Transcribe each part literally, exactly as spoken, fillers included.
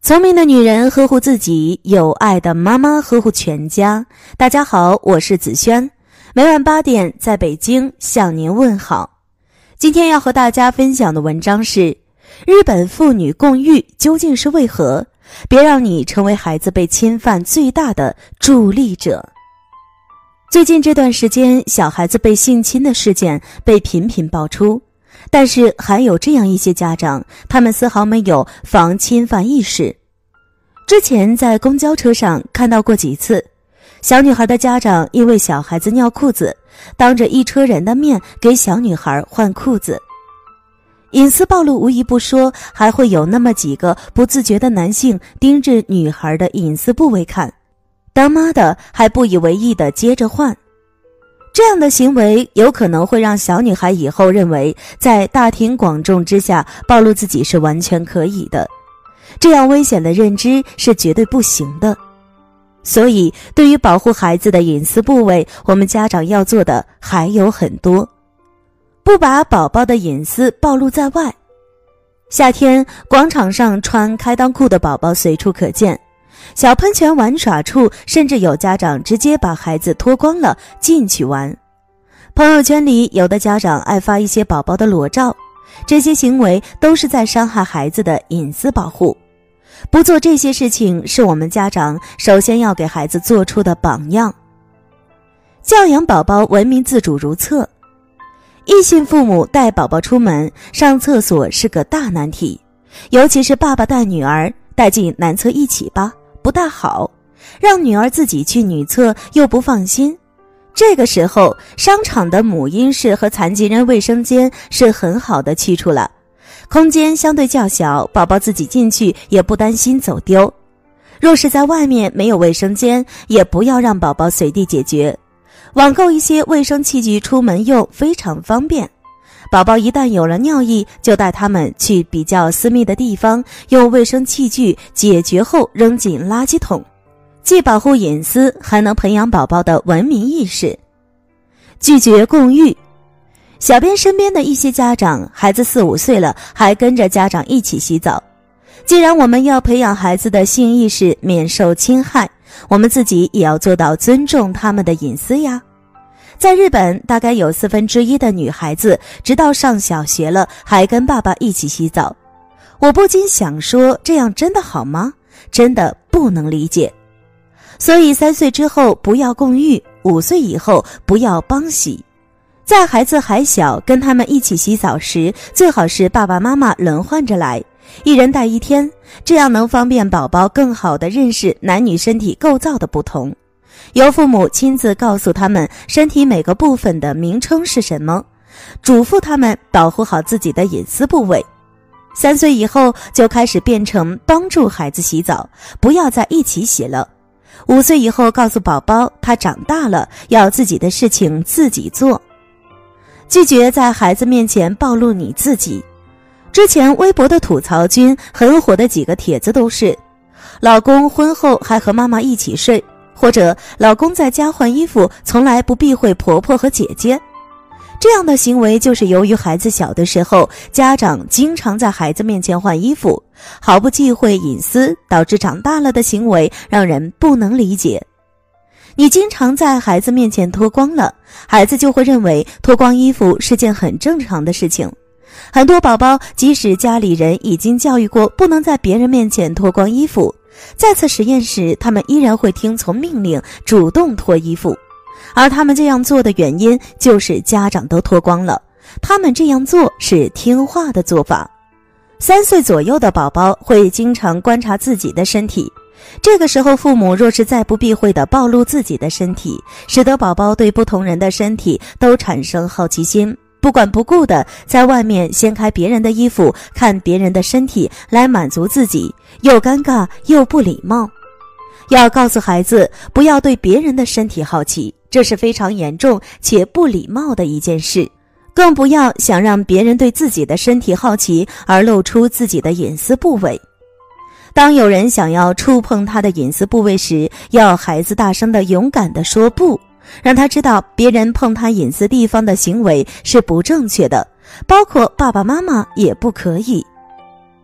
聪明的女人呵护自己，有爱的妈妈呵护全家。大家好，我是子轩，每晚八点在北京向您问好。今天要和大家分享的文章是：日本父女共浴究竟是为何？别让你成为孩子被侵犯最大的助力者。最近这段时间，小孩子被性侵的事件被频频爆出，但是还有这样一些家长，他们丝毫没有防侵犯意识。之前在公交车上看到过几次，小女孩的家长因为小孩子尿裤子，当着一车人的面给小女孩换裤子。隐私暴露无一不说，还会有那么几个不自觉的男性盯着女孩的隐私部位看，当妈的还不以为意地接着换。这样的行为有可能会让小女孩以后认为在大庭广众之下暴露自己是完全可以的，这样危险的认知是绝对不行的。所以对于保护孩子的隐私部位，我们家长要做的还有很多。不把宝宝的隐私暴露在外。夏天广场上穿开裆裤的宝宝随处可见，小喷泉玩耍处甚至有家长直接把孩子脱光了进去玩。朋友圈里有的家长爱发一些宝宝的裸照，这些行为都是在伤害孩子的隐私保护。不做这些事情是我们家长首先要给孩子做出的榜样。教养宝宝文明自主如厕。异性父母带宝宝出门上厕所是个大难题，尤其是爸爸带女儿带进男厕一起吧，不大好，让女儿自己去女厕又不放心。这个时候商场的母婴室和残疾人卫生间是很好的去处了，空间相对较小，宝宝自己进去也不担心走丢。若是在外面没有卫生间，也不要让宝宝随地解决，网购一些卫生器具出门用非常方便。宝宝一旦有了尿意，就带他们去比较私密的地方，用卫生器具解决后扔进垃圾桶，既保护隐私，还能培养宝宝的文明意识。拒绝共浴。小编身边的一些家长，孩子四五岁了还跟着家长一起洗澡。既然我们要培养孩子的性意识，免受侵害，我们自己也要做到尊重他们的隐私呀。在日本，大概有四分之一的女孩子直到上小学了还跟爸爸一起洗澡。我不禁想说，这样真的好吗？真的不能理解。所以三岁之后不要共浴，五岁以后不要帮洗。在孩子还小跟他们一起洗澡时，最好是爸爸妈妈轮换着来，一人带一天，这样能方便宝宝更好地认识男女身体构造的不同。由父母亲自告诉他们身体每个部分的名称是什么，嘱咐他们保护好自己的隐私部位。三岁以后就开始变成帮助孩子洗澡，不要在一起洗了。五岁以后告诉宝宝他长大了要自己的事情自己做。拒绝在孩子面前暴露你自己。之前微博的吐槽君很火的几个帖子都是：老公婚后还和妈妈一起睡，或者老公在家换衣服从来不避讳婆婆和姐姐。这样的行为就是由于孩子小的时候，家长经常在孩子面前换衣服，毫不忌讳隐私，导致长大了的行为让人不能理解。你经常在孩子面前脱光了，孩子就会认为脱光衣服是件很正常的事情。很多宝宝即使家里人已经教育过不能在别人面前脱光衣服，再次实验时他们依然会听从命令主动脱衣服。而他们这样做的原因就是家长都脱光了，他们这样做是听话的做法。三岁左右的宝宝会经常观察自己的身体，这个时候父母若是再不避讳地暴露自己的身体，使得宝宝对不同人的身体都产生好奇心，不管不顾地在外面掀开别人的衣服看别人的身体来满足自己，又尴尬又不礼貌。要告诉孩子不要对别人的身体好奇，这是非常严重且不礼貌的一件事，更不要想让别人对自己的身体好奇而露出自己的隐私部位。当有人想要触碰他的隐私部位时，要孩子大声地勇敢地说不，让他知道别人碰他隐私地方的行为是不正确的，包括爸爸妈妈也不可以。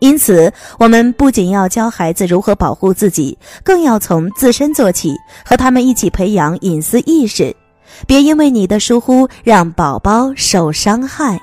因此，我们不仅要教孩子如何保护自己，更要从自身做起，和他们一起培养隐私意识。别因为你的疏忽让宝宝受伤害。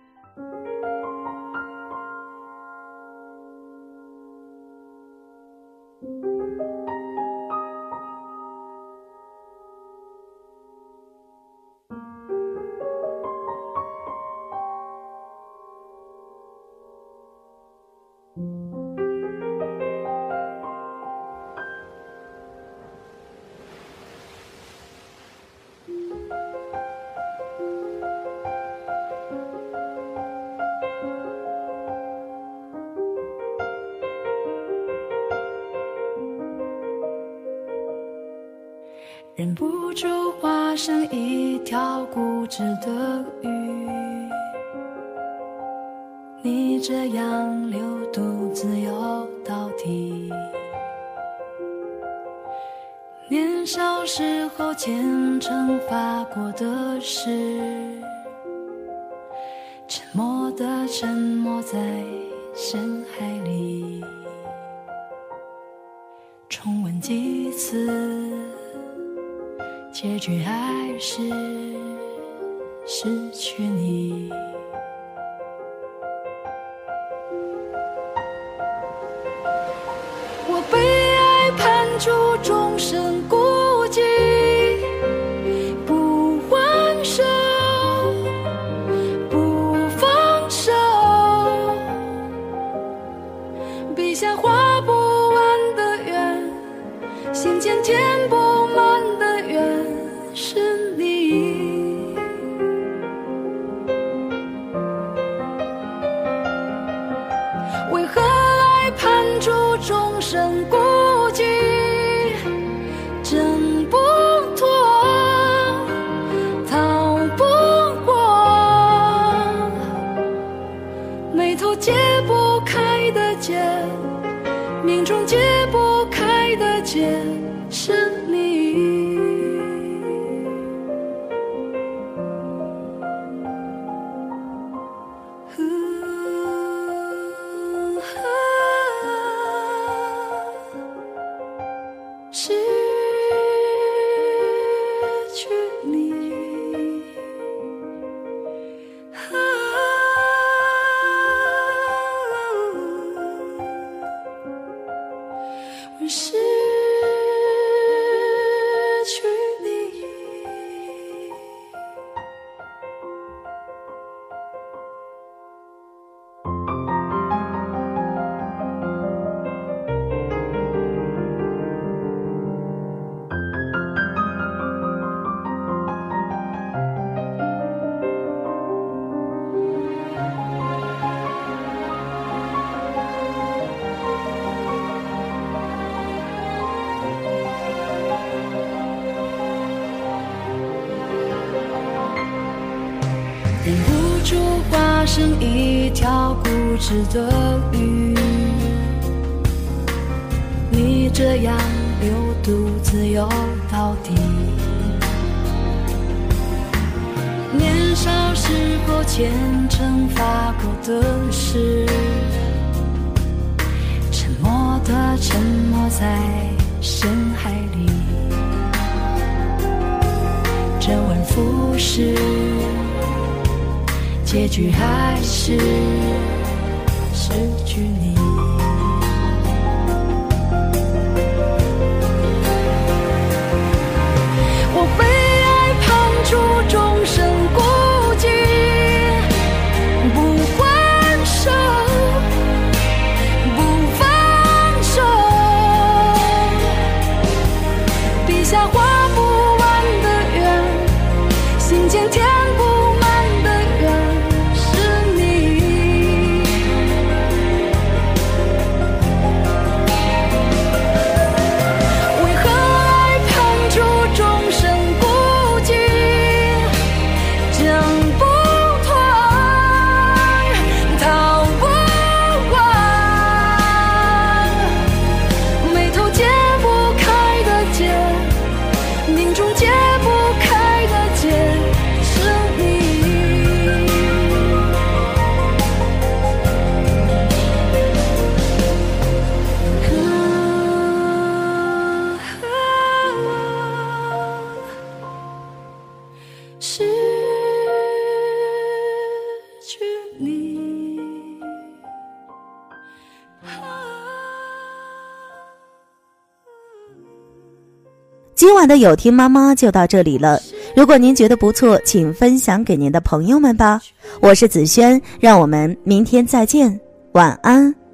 忍不住化身一条固执的鱼，你这样流独自游到底。年少时候虔诚发过的誓，沉默的沉没在深海里。重温几次，结局还是失去你。我被爱判处终身孤寂，不还手，不放手，笔下画不完的圆，心间填不满的缘是你。为何爱判处终身孤寂，挣不脱，逃不过，眉头解不开的结，命中解不开的结是你。失去你，我失去你。忍不住化身一条固执的鱼，你这样流独自游到底。年少时候虔诚发过的誓，沉默的沉没在深海里。周而复始，结局还是失去你。我被爱判处终身孤寂，不还手，不放手，笔下画不完的圆，心间填不满的缘是你。 今晚的有听妈妈就到这里了，如果您觉得不错，请分享给您的朋友们吧。我是子轩，让我们明天再见，晚安。